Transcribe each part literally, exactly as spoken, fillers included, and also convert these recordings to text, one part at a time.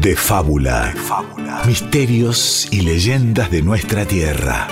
De fábula. De fábula. Misterios y leyendas de nuestra tierra.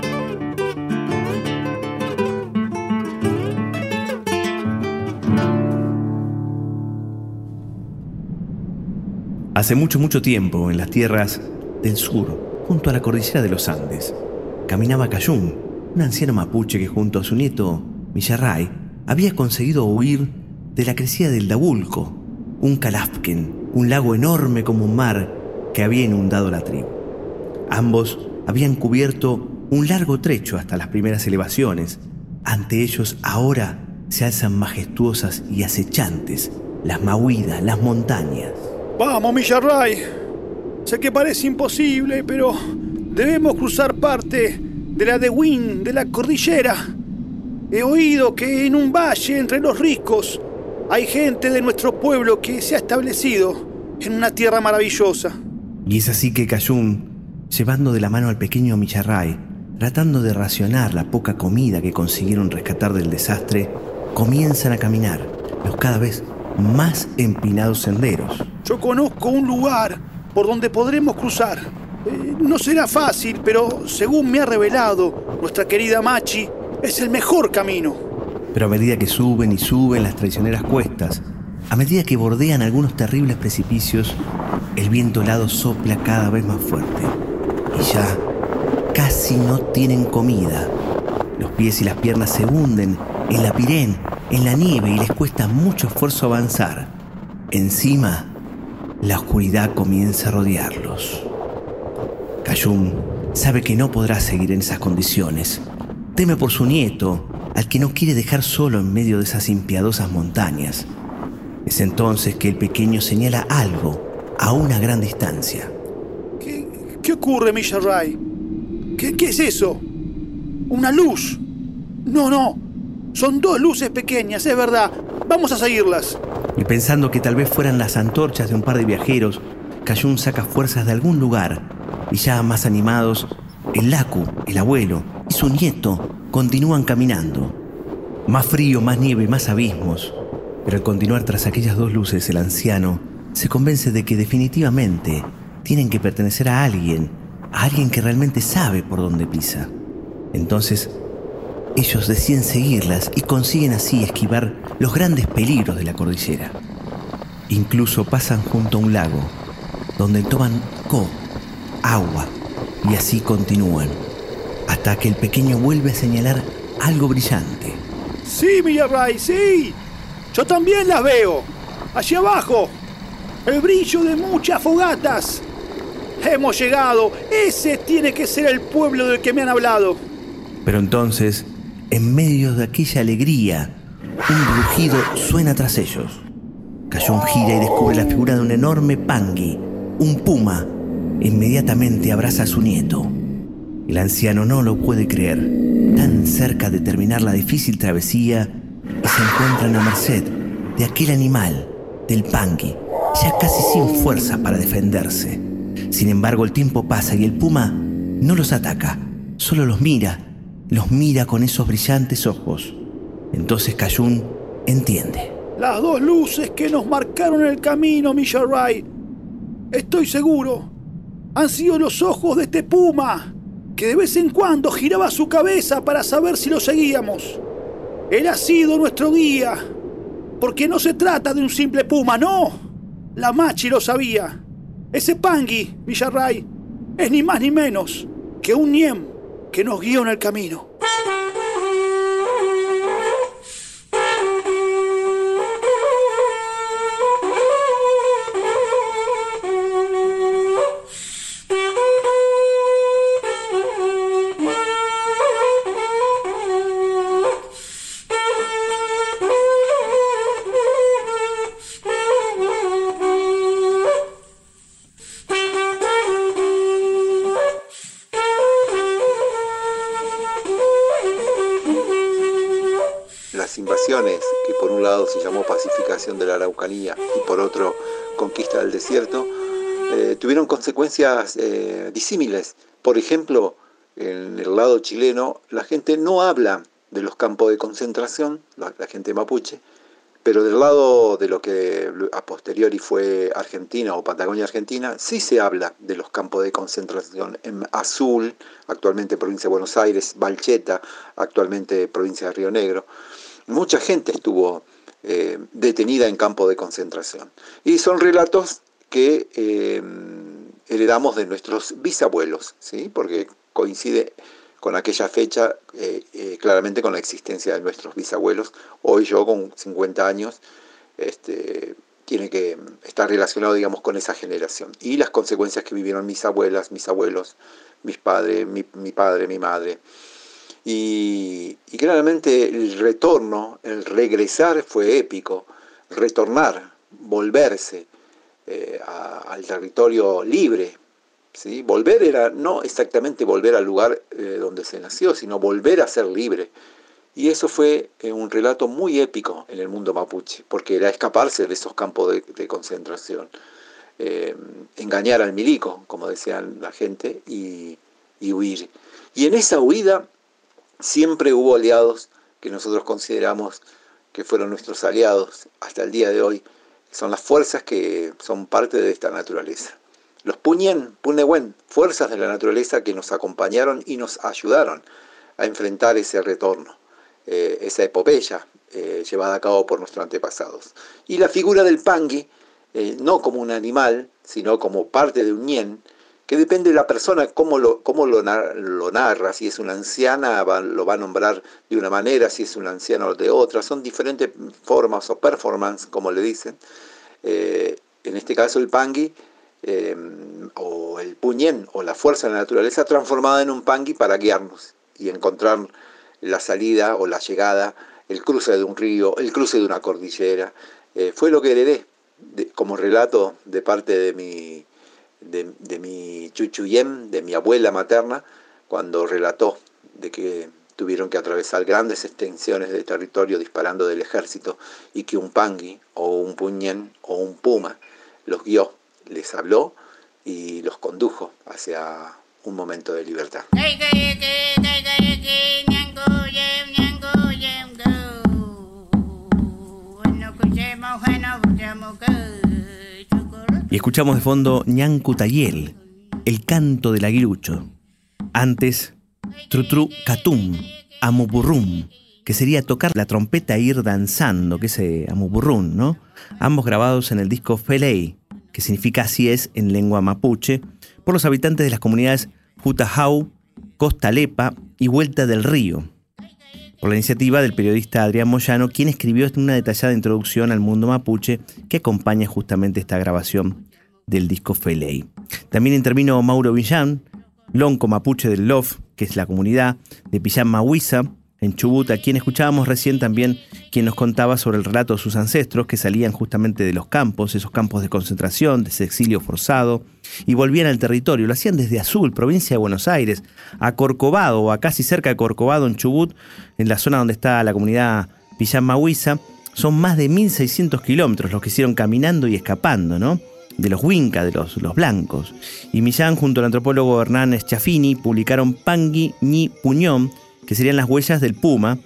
Hace mucho, mucho tiempo, en las tierras del sur, junto a la cordillera de los Andes, caminaba Cayún, un anciano mapuche que junto a su nieto, Millarray, había conseguido huir de la crecida del Dabulco, un calafquen, un lago enorme como un mar que había inundado la tribu. Ambos habían cubierto un largo trecho hasta las primeras elevaciones. Ante ellos ahora se alzan majestuosas y acechantes las mahuidas, las montañas. Vamos, Millarray. Sé que parece imposible, pero debemos cruzar parte de la de Win, de la cordillera. He oído que en un valle entre los riscos hay gente de nuestro pueblo que se ha establecido en una tierra maravillosa. Y es así que Cayún, llevando de la mano al pequeño Millarray, tratando de racionar la poca comida que consiguieron rescatar del desastre, comienzan a caminar los cada vez más empinados senderos. Yo conozco un lugar por donde podremos cruzar. Eh, no será fácil, pero según me ha revelado nuestra querida Machi, es el mejor camino. Pero a medida que suben y suben las traicioneras cuestas, a medida que bordean algunos terribles precipicios, el viento helado sopla cada vez más fuerte. Y ya casi no tienen comida. Los pies y las piernas se hunden en la pirén, en la nieve, y les cuesta mucho esfuerzo avanzar. Encima, la oscuridad comienza a rodearlos. Cayún sabe que no podrá seguir en esas condiciones. Teme por su nieto, al que no quiere dejar solo en medio de esas impiadosas montañas. Es entonces que el pequeño señala algo a una gran distancia. ¿Qué, qué ocurre, Millarray? ¿Qué, ¿Qué es eso? ¿Una luz? No, no. Son dos luces pequeñas, es verdad. Vamos a seguirlas. Y pensando que tal vez fueran las antorchas de un par de viajeros, Cayún saca fuerzas de algún lugar y ya más animados, el Lacu, el abuelo, y su nieto continúan caminando. Más frío, más nieve, más abismos. Pero al continuar tras aquellas dos luces, el anciano se convence de que definitivamente tienen que pertenecer a alguien, a alguien que realmente sabe por dónde pisa. Entonces, ellos deciden seguirlas y consiguen así esquivar los grandes peligros de la cordillera. Incluso pasan junto a un lago, donde toman co, agua, y así continúan, hasta que el pequeño vuelve a señalar algo brillante. Sí, Millarray, sí. Yo también las veo. Allí abajo. El brillo de muchas fogatas. Hemos llegado. Ese tiene que ser el pueblo del que me han hablado. Pero entonces, en medio de aquella alegría, un rugido suena tras ellos. Cayún gira y descubre la figura de un enorme pangui, un puma. Inmediatamente abraza a su nieto. El anciano no lo puede creer. Tan cerca de terminar la difícil travesía, y se encuentran a merced de aquel animal, del pangui, ya casi sin fuerza para defenderse. Sin embargo, el tiempo pasa y el puma no los ataca, solo los mira, los mira con esos brillantes ojos. Entonces Cayún entiende. Las dos luces que nos marcaron el camino, Millarray, estoy seguro, han sido los ojos de este puma, que de vez en cuando giraba su cabeza para saber si lo seguíamos. Él ha sido nuestro guía, porque no se trata de un simple puma, no. La Machi lo sabía. Ese pangui, Millarray, es ni más ni menos que un ñem que nos guió en el camino. Invasiones, que por un lado se llamó pacificación de la Araucanía y por otro conquista del desierto, eh, tuvieron consecuencias eh, disímiles. Por ejemplo, en el lado chileno la gente no habla de los campos de concentración, la, la gente mapuche, Pero del lado de lo que a posteriori fue Argentina o Patagonia Argentina, sí se habla de los campos de concentración. En Azul, actualmente provincia de Buenos Aires, Balcheta, actualmente provincia de Río Negro. Mucha gente estuvo eh, detenida en campos de concentración. Y son relatos que eh, heredamos de nuestros bisabuelos, ¿sí? Porque coincide con aquella fecha, eh, eh, claramente con la existencia de nuestros bisabuelos. Hoy yo, con cincuenta años, este, tiene que estar relacionado, digamos, con esa generación. Y las consecuencias que vivieron mis abuelas, mis abuelos, mis padres, mi, mi padre, mi madre. Y, y claramente el retorno, el regresar fue épico. Retornar, volverse eh, a, al territorio libre. ¿Sí? Volver era no exactamente volver al lugar eh, donde se nació, sino volver a ser libre. Y eso fue eh, un relato muy épico en el mundo mapuche, porque era escaparse de esos campos de, de concentración, eh, engañar al milico, como decían la gente, y, y huir. Y en esa huida siempre hubo aliados que nosotros consideramos que fueron nuestros aliados hasta el día de hoy, son las fuerzas que son parte de esta naturaleza. Los Puñén, Punehuen, fuerzas de la naturaleza que nos acompañaron y nos ayudaron a enfrentar ese retorno, eh, esa epopeya eh, llevada a cabo por nuestros antepasados. Y la figura del Pangui, eh, no como un animal, sino como parte de un ñen, que depende de la persona cómo lo, cómo lo, lo narra. Si es una anciana, va, lo va a nombrar de una manera, si es un anciano de otra. Son diferentes formas o performance, como le dicen. Eh, en este caso el Pangui, Eh, o el Puñén, o la fuerza de la naturaleza transformada en un Pangui para guiarnos y encontrar la salida o la llegada, el cruce de un río, el cruce de una cordillera. Eh, fue lo que heredé de, como relato de parte de mi, de, de mi chuchuyem, de mi abuela materna, cuando relató de que tuvieron que atravesar grandes extensiones de territorio disparando del ejército y que un Pangui o un Puñén o un puma los guió, les habló y los condujo hacia un momento de libertad. Y escuchamos de fondo Ñanku Tayel, el canto del aguilucho. Antes, Trutru Catum, Amuburrum, que sería tocar la trompeta e ir danzando, que es eh, Amuburrum, ¿no? Ambos grabados en el disco Feley, que significa así es en lengua mapuche, por los habitantes de las comunidades Jutahau, Costa Lepa y Vuelta del Río, por la iniciativa del periodista Adrián Moyano, quien escribió una detallada introducción al mundo mapuche que acompaña justamente esta grabación del disco Feley. También intervino Mauro Villán, lonco mapuche del Lof, que es la comunidad de Pillán Mahuiza, en Chubut, a quien escuchábamos recién también, quien nos contaba sobre el relato de sus ancestros que salían justamente de los campos, esos campos de concentración, de ese exilio forzado, y volvían al territorio. Lo hacían desde Azul, provincia de Buenos Aires, a Corcovado, o a casi cerca de Corcovado, en Chubut, en la zona donde está la comunidad Pillán Mahuiza. Son más de mil seiscientos kilómetros los que hicieron caminando y escapando, ¿no?, de los Huinca, de los, los blancos. Y Millán, junto al antropólogo Hernán Schiaffini, publicaron Pangui Ñi Puñón, que serían las huellas del puma,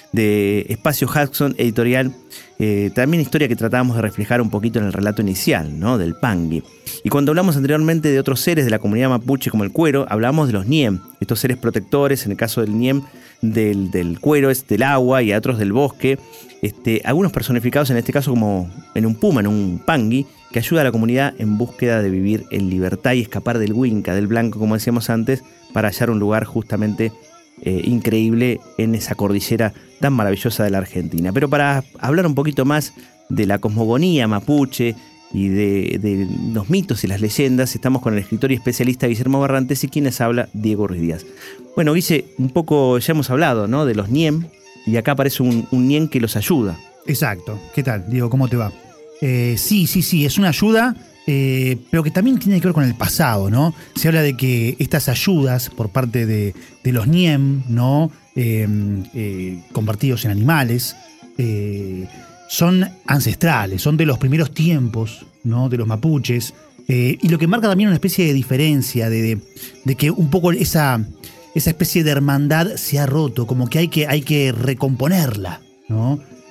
de Espacio Hudson Editorial, eh, también historia que tratábamos de reflejar un poquito en el relato inicial, ¿no?, del Pangui. Y cuando hablamos anteriormente de otros seres de la comunidad mapuche como el cuero, hablamos de los Niem, estos seres protectores, en el caso del Niem, del, del cuero, es del agua, y a otros del bosque, este, algunos personificados en este caso como en un puma, en un Pangui, que ayuda a la comunidad en búsqueda de vivir en libertad y escapar del Huinca, del blanco, como decíamos antes, para hallar un lugar justamente Eh, increíble en esa cordillera tan maravillosa de la Argentina. Pero para hablar un poquito más de la cosmogonía mapuche y de, de los mitos y las leyendas, estamos con el escritor y especialista Guillermo Barrantes, y quien les habla, Diego Ruiz Díaz. Bueno, Guille, un poco ya hemos hablado, ¿no?, de los Niem, y acá aparece un, un Niem que los ayuda. Exacto. ¿Qué tal, Diego? ¿Cómo te va? Eh, sí, sí, sí, es una ayuda, eh, pero que también tiene que ver con el pasado, ¿no? Se habla de que estas ayudas por parte de, de los Niem, ¿no?, eh, eh, convertidos en animales, eh, son ancestrales, son de los primeros tiempos, ¿no?, de los mapuches, eh, y lo que marca también una especie de diferencia, de, de, de que un poco esa, esa especie de hermandad se ha roto, como que hay que, hay que recomponerla, ¿no?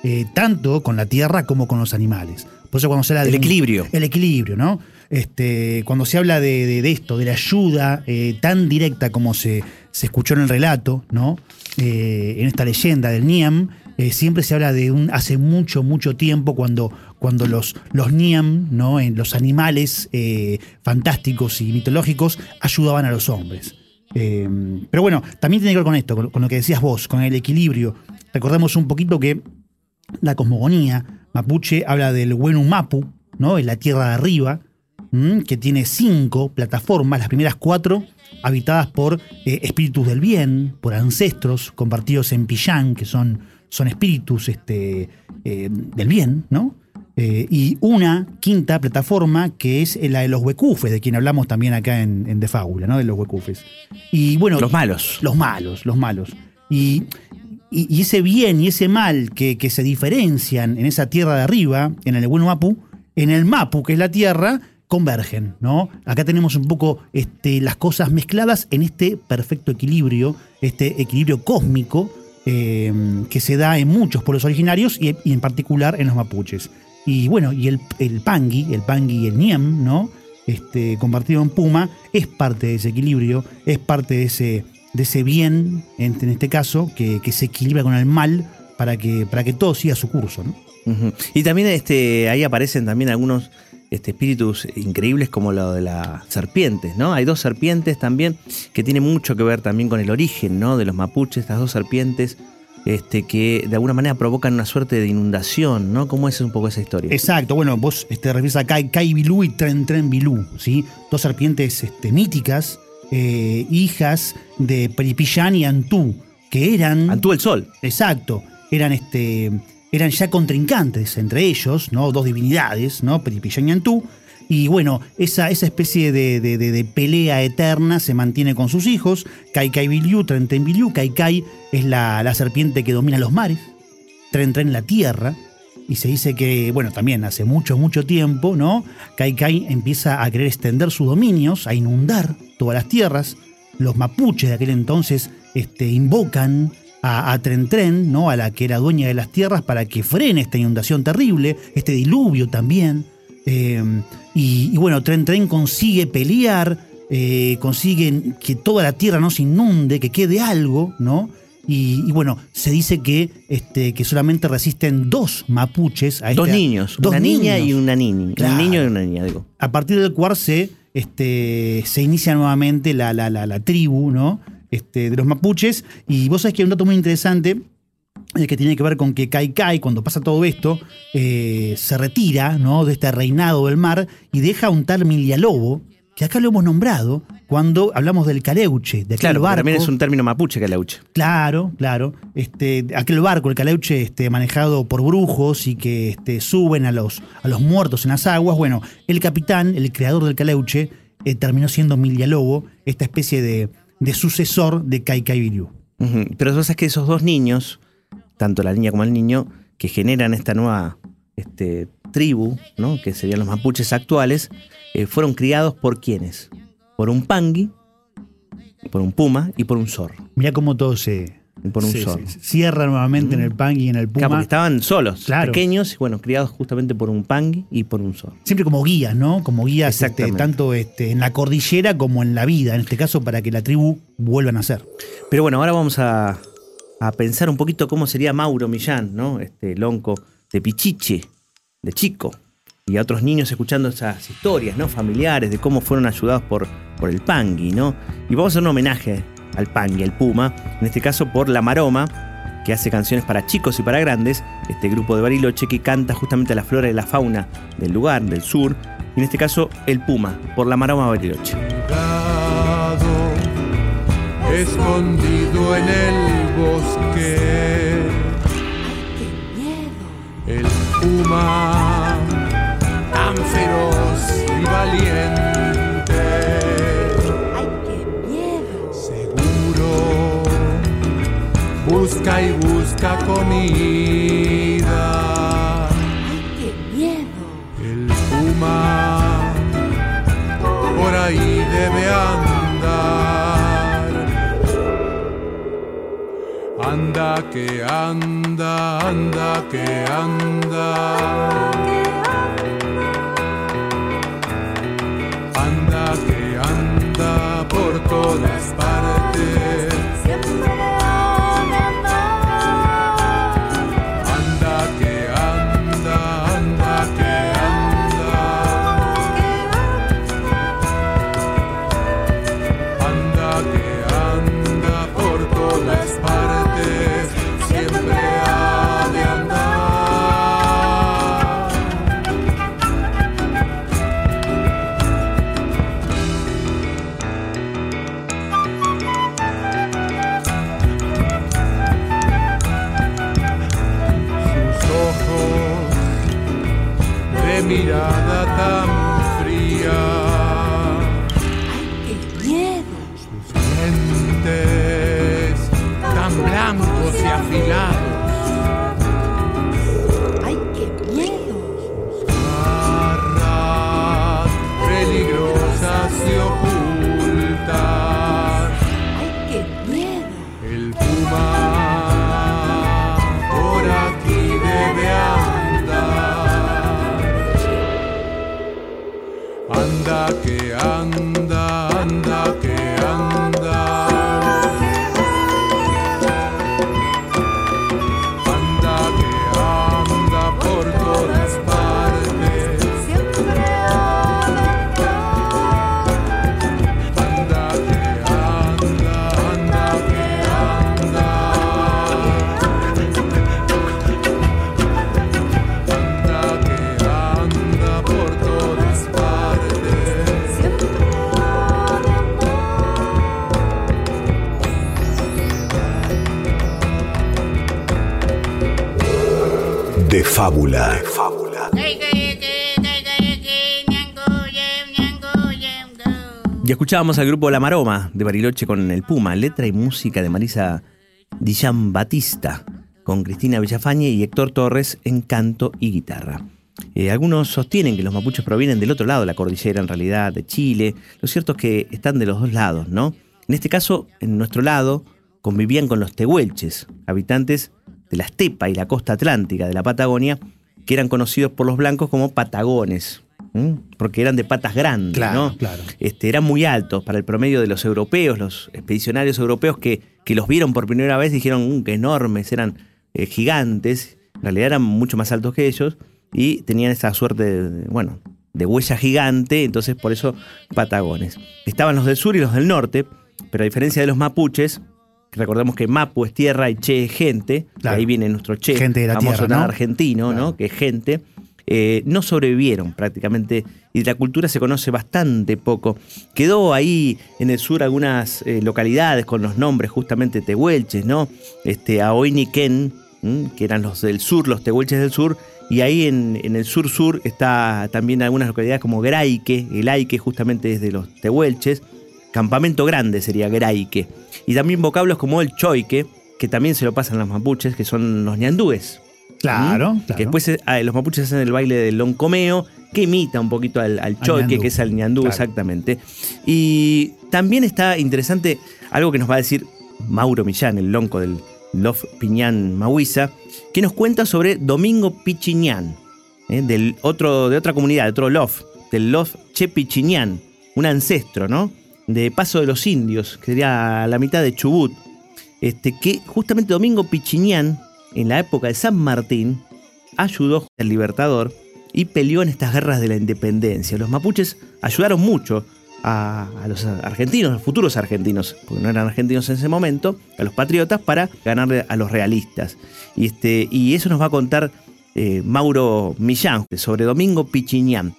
eh, tanto con la tierra como con los animales. Por eso cuando se habla El de equilibrio. El equilibrio, ¿no? Este, cuando se habla de, de, de esto, de la ayuda eh, tan directa como se, se escuchó en el relato, ¿no? Eh, en esta leyenda del Niam, eh, siempre se habla de un hace mucho, mucho tiempo cuando, cuando los, los Niam, ¿no? En los animales eh, fantásticos y mitológicos ayudaban a los hombres. Eh, pero bueno, también tiene que ver con esto, con, con lo que decías vos, con el equilibrio. Recordemos un poquito que la cosmogonía mapuche habla del Wenu Mapu, ¿no? En la tierra de arriba, que tiene cinco plataformas, las primeras cuatro habitadas por eh, espíritus del bien, por ancestros compartidos en Pillán, que son, son espíritus este, eh, del bien, ¿no? Eh, y una quinta plataforma que es la de los huecufes, de quien hablamos también acá en, en De Fábula, ¿no? De los huecufes. Y bueno, los malos. Los malos, los malos. Y, y, y ese bien y ese mal que, que se diferencian en esa tierra de arriba, en el Wenu Mapu, en el Mapu, que es la tierra, convergen, ¿no? Acá tenemos un poco este, las cosas mezcladas en este perfecto equilibrio, este equilibrio cósmico eh, que se da en muchos pueblos originarios y, y en particular en los mapuches. Y bueno, y el, el Pangui, el Pangui y el Niam, ¿no? Este, compartido en Puma, es parte de ese equilibrio, es parte de ese, de ese bien, en, en este caso, que, que se equilibra con el mal para que, para que todo siga su curso, ¿no? Uh-huh. Y también este, ahí aparecen también algunos Este, espíritus increíbles como lo de las serpientes, ¿no? Hay dos serpientes también que tienen mucho que ver también con el origen, ¿no? De los mapuches, estas dos serpientes este, que de alguna manera provocan una suerte de inundación, ¿no? ¿Cómo es un poco esa historia? Exacto, bueno, vos te este, refieres a Kai, Kai Bilú y Tren Tren Bilú, ¿sí? Dos serpientes este, míticas, eh, hijas de Peripillán y Antú, que eran... Antú el Sol. Exacto, eran este... eran ya contrincantes entre ellos, ¿no? Dos divinidades, ¿no? Peripillán y Antú. Y bueno, esa, esa especie de, de, de, de pelea eterna se mantiene con sus hijos. Kai Kai Bilú, Tren Tren Bilú. Kai Kai es la, la serpiente que domina los mares. Tren Tren la tierra. Y se dice que, bueno, también hace mucho, mucho tiempo, ¿no? Kai Kai empieza a querer extender sus dominios, a inundar todas las tierras. Los mapuches de aquel entonces este, invocan a, a Tren Tren, ¿no? A la que era dueña de las tierras, para que frene esta inundación terrible, este diluvio también. Eh, y, y bueno, Tren Tren consigue pelear, eh, consigue que toda la tierra no se inunde, que quede algo, ¿no? Y, y bueno, se dice que, este, que solamente resisten dos mapuches. A dos esta, niños, dos una niños. niña y una niña. Claro. Un niño y una niña, digo. A partir del cual se, este, se inicia nuevamente la, la, la, la tribu, ¿no? Este, de los mapuches. Y vos sabés que hay un dato muy interesante eh, que tiene que ver con que Kai Kai, cuando pasa todo esto, eh, se retira, ¿no? De este reinado del mar y deja un tal Milialobo, que acá lo hemos nombrado cuando hablamos del Caleuche, de aquel Claro, barco. también es un término mapuche, Caleuche. Claro, claro. Este, aquel barco, el Caleuche, este, manejado por brujos y que este, suben a los, a los muertos en las aguas. Bueno, el capitán, el creador del Caleuche, eh, terminó siendo Milialobo, esta especie de, de sucesor de Kai Kai Bilú. Uh-huh. Pero vos sabés que esos dos niños, tanto la niña como el niño, que generan esta nueva este, tribu, ¿no? Que serían los mapuches actuales, eh, fueron criados por ¿quiénes? Por un pangui, por un puma y por un zorro. Mirá cómo todo se, y por un se, zorro. se cierra nuevamente mm. en el pangui y en el puma. Claro, porque estaban solos, claro. pequeños, y bueno, criados justamente por un pangui y por un zorro. Siempre como guías, ¿no? Como guías este, tanto este, en la cordillera como en la vida, en este caso para que la tribu vuelva a nacer. Pero bueno, ahora vamos a, a pensar un poquito cómo sería Mauro Millán, ¿no? Este lonco de Pichiche, de chico, y a otros niños escuchando esas historias, ¿no? Familiares de cómo fueron ayudados por, por el Pangui, ¿no? Y vamos a hacer un homenaje al Pangui, al Puma, en este caso por La Maroma, que hace canciones para chicos y para grandes, este grupo de Bariloche que canta justamente la flora y la fauna del lugar, del sur, y en este caso el Puma, por La Maroma Bariloche. Escondido en el bosque, el puma tan feroz y valiente. ¡Ay, qué miedo! Seguro busca y busca comida. ¡Ay, qué miedo! El puma por ahí debe andar. Anda que anda, anda que anda. Anda que anda por todas partes. Siempre ha de andar. Anda que anda, anda que anda. Anda que anda por todas partes. Siempre ha de andar. Sus ojos de mirada tan fría, ¡Qué miedo! dientes tan blancos y afilados, ¡Ay, qué miedo! garras peligrosas y ocultas. ¡Ay, qué miedo! El puma por aquí debe andar. Anda que anda, anda que anda. Anda que anda por todas partes. Siempre ha de andar. Anda que anda, anda que anda. Anda que anda por todas partes. Siempre ha de andar. De fábula. Y escuchábamos al grupo La Maroma de Bariloche con El Puma, letra y música de Marisa Di Giambattista, con Cristina Villafañe y Héctor Torres en canto y guitarra. Eh, algunos sostienen que los mapuches provienen del otro lado de la cordillera, en realidad, de Chile. Lo cierto es que están de los dos lados, ¿no? En este caso, en nuestro lado, convivían con los tehuelches, habitantes de la estepa y la costa atlántica de la Patagonia, que eran conocidos por los blancos como patagones, ¿m? Porque eran de patas grandes, Claro, ¿no? claro. Este, eran muy altos para el promedio de los europeos, los expedicionarios europeos que, que los vieron por primera vez dijeron "Uh, qué enormes, eran eh, gigantes", en realidad eran mucho más altos que ellos y tenían esa suerte de, bueno, de huella gigante, entonces por eso patagones. Estaban los del sur y los del norte, pero a diferencia de los mapuches, recordemos que Mapu es tierra y Che es gente, Claro. de ahí viene nuestro Che, Gente de la famoso tierra, tan ¿no? argentino, Claro. ¿no? Que es gente. Eh, no sobrevivieron prácticamente y de la cultura se conoce bastante poco. Quedó ahí en el sur algunas eh, localidades con los nombres justamente tehuelches, ¿no? Este, Ahoiniquén, ¿m? Que eran los del sur, los tehuelches del sur, y ahí en, en el sur-sur está también algunas localidades como Graique, el Aique justamente es de los tehuelches, Campamento Grande sería Graique, y también vocablos como el Choique, que también se lo pasan los mapuches, que son los ñandúes. Claro, ¿Mm? claro. Que después eh, los mapuches hacen el baile del loncomeo, que imita un poquito al, al choique, ñandú. que es al ñandú, Claro. exactamente. Y también está interesante algo que nos va a decir Mauro Millán, el lonco del Lof Piñán Mahuiza, que nos cuenta sobre Domingo Pichiñán, ¿eh? del otro, de otra comunidad, de otro Lof, del Lof Che Pichiñán, un ancestro, ¿no? De Paso de los Indios, que sería la mitad de Chubut. Este, que justamente Domingo Pichiñán, en la época de San Martín, ayudó al Libertador y peleó en estas guerras de la independencia. Los mapuches ayudaron mucho a, a los argentinos, a los futuros argentinos, porque no eran argentinos en ese momento, a los patriotas, para ganarle a los realistas. Y, este, y eso nos va a contar eh, Mauro Millán sobre Domingo Pichiñán.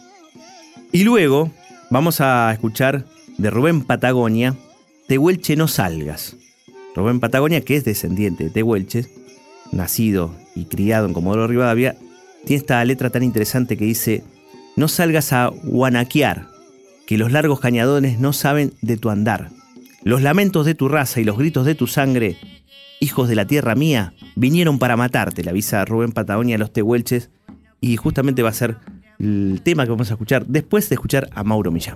Y luego vamos a escuchar de Rubén Patagonia, Tehuelche no salgas. Rubén Patagonia, que es descendiente de tehuelches, nacido y criado en Comodoro Rivadavia, tiene esta letra tan interesante que dice: no salgas a guanaquear, que los largos cañadones no saben de tu andar. Los lamentos de tu raza y los gritos de tu sangre, hijos de la tierra mía, vinieron para matarte, le avisa Rubén Patagonia a los tehuelches, y justamente va a ser el tema que vamos a escuchar después de escuchar a Mauro Millán.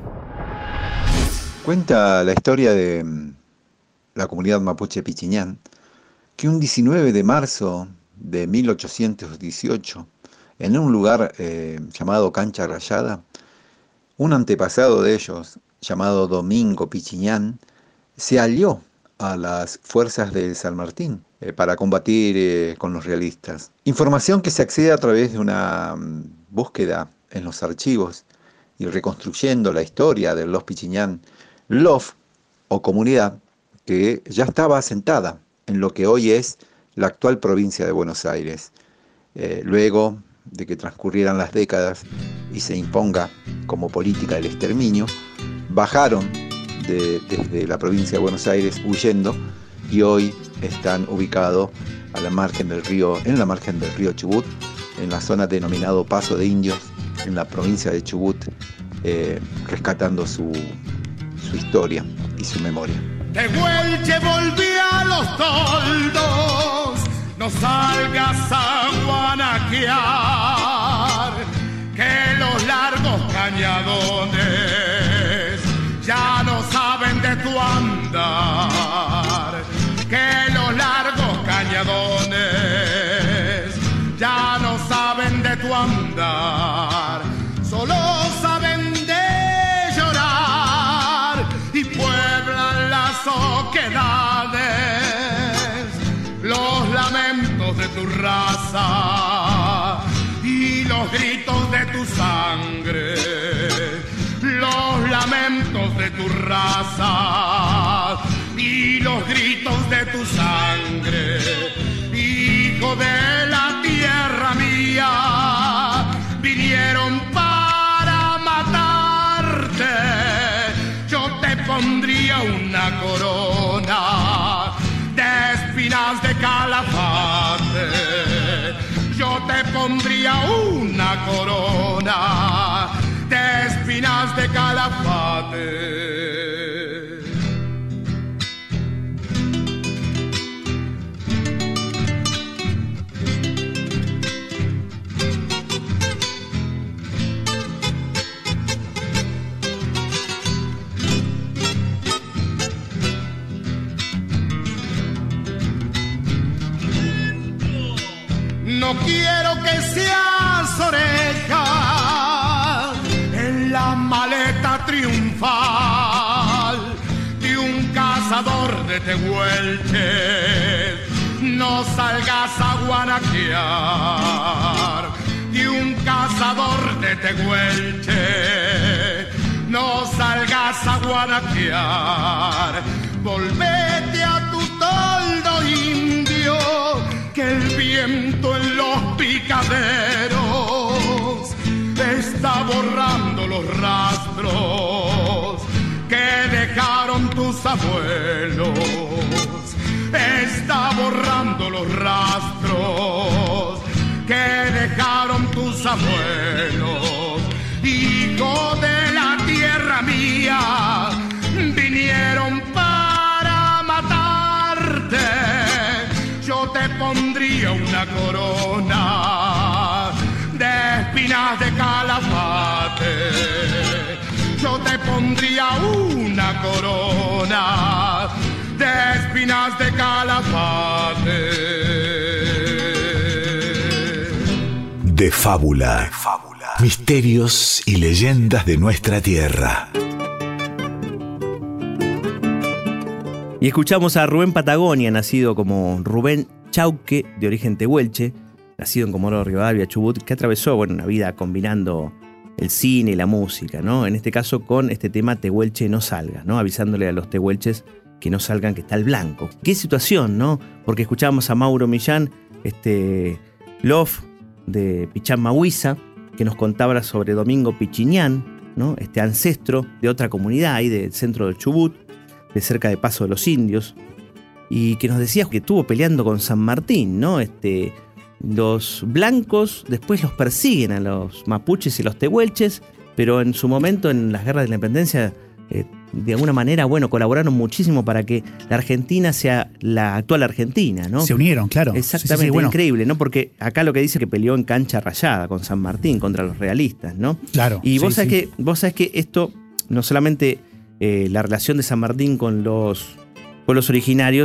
Cuenta la historia de mm, la comunidad mapuche Pichiñán, que un diecinueve de marzo de mil ochocientos dieciocho, en un lugar eh, llamado Cancha Rayada, un antepasado de ellos, llamado Domingo Pichiñán, se alió a las fuerzas de San Martín eh, para combatir eh, con los realistas. Información que se accede a través de una um, búsqueda en los archivos y reconstruyendo la historia de los Pichiñán, Lof, o comunidad, que ya estaba asentada en lo que hoy es la actual provincia de Buenos Aires. Eh, luego de que transcurrieran las décadas y se imponga como política el exterminio, bajaron de, desde la provincia de Buenos Aires huyendo y hoy están ubicados a la margen del río, en la margen del río Chubut, en la zona denominado Paso de Indios, en la provincia de Chubut, eh, rescatando su, su historia y su memoria. Tehuelche volví a los toldos, no salgas a guanaquear, que los largos cañadones ya no saben de tu andar, que los largos cañadones ya no saben de tu andar, solo saben de llorar y pueblan las oquedades, los lamentos de tu raza y los gritos de tu sangre, los lamentos de tu raza y los gritos de tu sangre, hijo de la tierra mía, vinieron para matarte, yo te pondría una corona de espinas de calafate, yo te pondría una corona de espinas de calafate. No quiero que seas oreja en la maleta triunfal de un cazador de tehuelches. No salgas a guanaquear de un cazador de tehuelches. No salgas a guanaquear, volvete a tu toldo indio, que el viento en los picaderos está borrando los rastros que dejaron tus abuelos, está borrando los rastros que dejaron tus abuelos, hijo de la tierra mía, vinieron para matarte, yo te pondría una corona de espinas de calafate, yo te pondría una corona de espinas de calafate. De fábula. De fábula. Misterios y leyendas de nuestra tierra. Y escuchamos a Rubén Patagonia, nacido como Rubén Chauque, de origen tehuelche, nacido en Comodoro Rivadavia, Chubut, que atravesó bueno, una vida combinando el cine y la música, ¿no? En este caso con este tema Tehuelche no salga, ¿no? Avisándole a los tehuelches que no salgan, que está el blanco. Qué situación, ¿no? Porque escuchábamos a Mauro Millán, este Lof de Pichán Mahuiza, que nos contaba sobre Domingo Pichiñán, ¿no? Este ancestro de otra comunidad ahí del centro del Chubut, de cerca de Paso de los Indios, y que nos decía que estuvo peleando con San Martín, ¿no? Este, los blancos después los persiguen a los mapuches y los tehuelches, pero en su momento, en las guerras de la independencia, eh, de alguna manera, bueno, colaboraron muchísimo para que la Argentina sea la actual Argentina, ¿no? Se unieron, claro. Exactamente, sí, sí, sí, bueno. Increíble, ¿no? Porque acá lo que dice que peleó en Cancha Rayada con San Martín contra los realistas, ¿no? Claro. Y vos, sí, sabés sí. Que, vos sabés que esto, no solamente eh, la relación de San Martín con los pueblos originarios,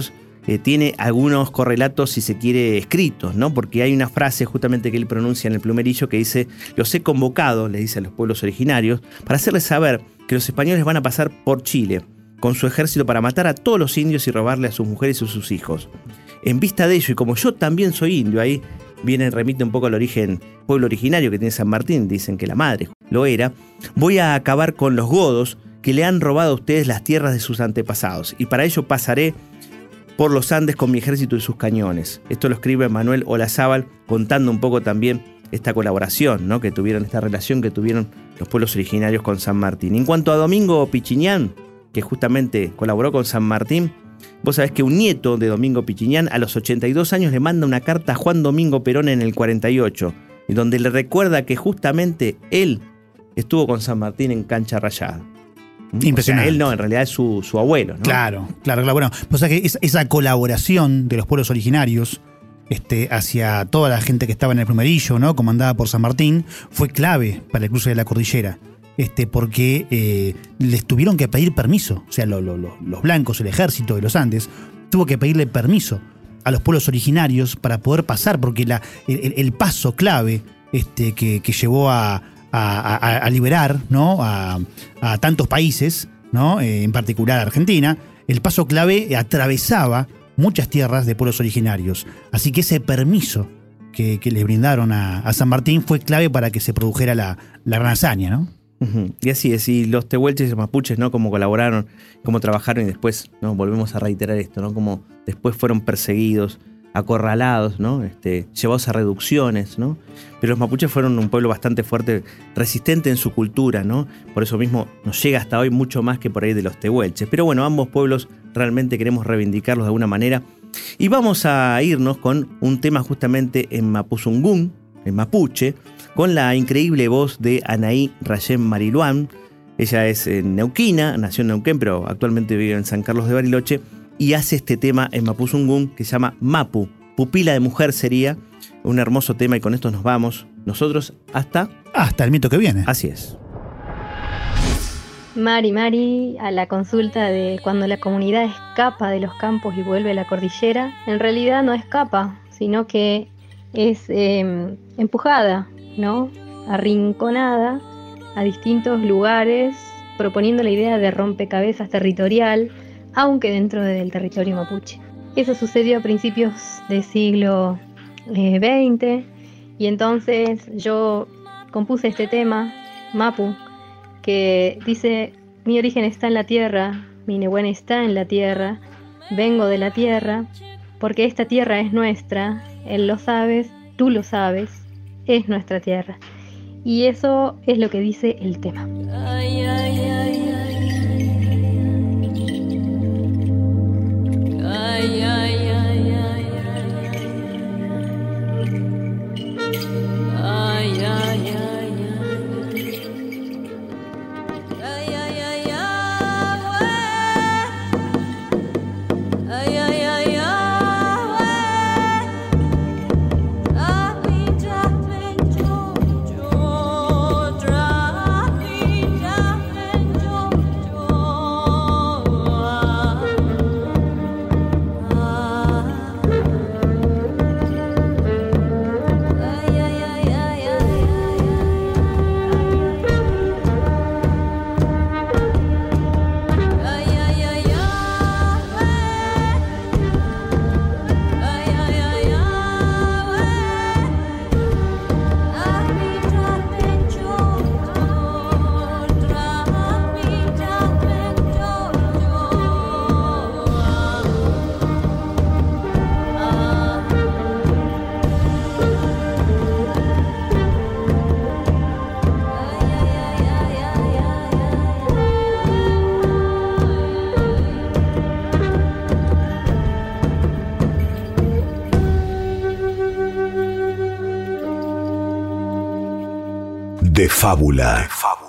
eh, tiene algunos correlatos, si se quiere, escritos, ¿no? Porque hay una frase justamente que él pronuncia en el Plumerillo que dice: los he convocado, le dice a los pueblos originarios, para hacerles saber que los españoles van a pasar por Chile con su ejército para matar a todos los indios y robarle a sus mujeres y a sus hijos. En vista de ello, y como yo también soy indio, ahí viene, remite un poco al origen, pueblo originario que tiene San Martín, dicen que la madre lo era, voy a acabar con los godos que le han robado a ustedes las tierras de sus antepasados, y para ello pasaré por los Andes con mi ejército y sus cañones. Esto lo escribe Manuel Olazábal, contando un poco también esta colaboración, ¿no? que tuvieron, esta relación que tuvieron los pueblos originarios con San Martín. En cuanto a Domingo Pichiñán, que justamente colaboró con San Martín, vos sabés que un nieto de Domingo Pichiñán a los ochenta y dos años le manda una carta a Juan Domingo Perón en el cuarenta y ocho, donde le recuerda que justamente él estuvo con San Martín en Cancha Rayada. Impresionante. O sea, él no, en realidad es su, su abuelo, ¿no? Claro, claro, claro. Bueno, pues que esa, esa colaboración de los pueblos originarios este, hacia toda la gente que estaba en el Plumerillo, ¿no? Comandada por San Martín, fue clave para el cruce de la cordillera. Este, porque eh, les tuvieron que pedir permiso. O sea, lo, lo, lo, los blancos, el ejército de los Andes, tuvo que pedirle permiso a los pueblos originarios para poder pasar, porque la, el, el paso clave este, que, que llevó a, a, a, a liberar, ¿no? a, a tantos países, ¿no? eh, en particular a Argentina, el paso clave atravesaba muchas tierras de pueblos originarios. Así que ese permiso que, que les brindaron a, a San Martín fue clave para que se produjera la, la gran hazaña, ¿no? Uh-huh. Y así es, y los tehuelches y los mapuches, ¿no? Cómo colaboraron, cómo trabajaron, y después, ¿no? Volvemos a reiterar esto, ¿no? Cómo después fueron perseguidos, acorralados, ¿no? Este, llevados a reducciones, ¿no? Pero los mapuches fueron un pueblo bastante fuerte, resistente en su cultura, ¿no? Por eso mismo nos llega hasta hoy mucho más que por ahí de los tehuelches. Pero bueno, ambos pueblos realmente queremos reivindicarlos de alguna manera. Y vamos a irnos con un tema justamente en mapuzungún, en mapuche, con la increíble voz de Anaí Rayén Mariluán. Ella es eh, neuquina, nació en Neuquén, pero actualmente vive en San Carlos de Bariloche, y hace este tema en mapuzungún que se llama Mapu, pupila de mujer sería, un hermoso tema, y con esto nos vamos nosotros hasta... Hasta el mito que viene. Así es. Mari Mari, a la consulta de cuando la comunidad escapa de los campos y vuelve a la cordillera, en realidad no escapa, sino que es eh, empujada, ¿no? Arrinconada a distintos lugares, proponiendo la idea de rompecabezas territorial, aunque dentro del territorio mapuche. Eso sucedió a principios del siglo eh, veinte, y entonces yo compuse este tema, Mapu, que dice: mi origen está en la tierra, mi nehuén está en la tierra, vengo de la tierra, porque esta tierra es nuestra, él lo sabes, tú lo sabes, es nuestra tierra. Y eso es lo que dice el tema. Ay, ay, ay, ay. Ay, ay, ay, ay, ay. Ay, ay, ay, ay. Ay, ay, ay, ay. Ay, ay, ay, ay. De fábula. De fábula.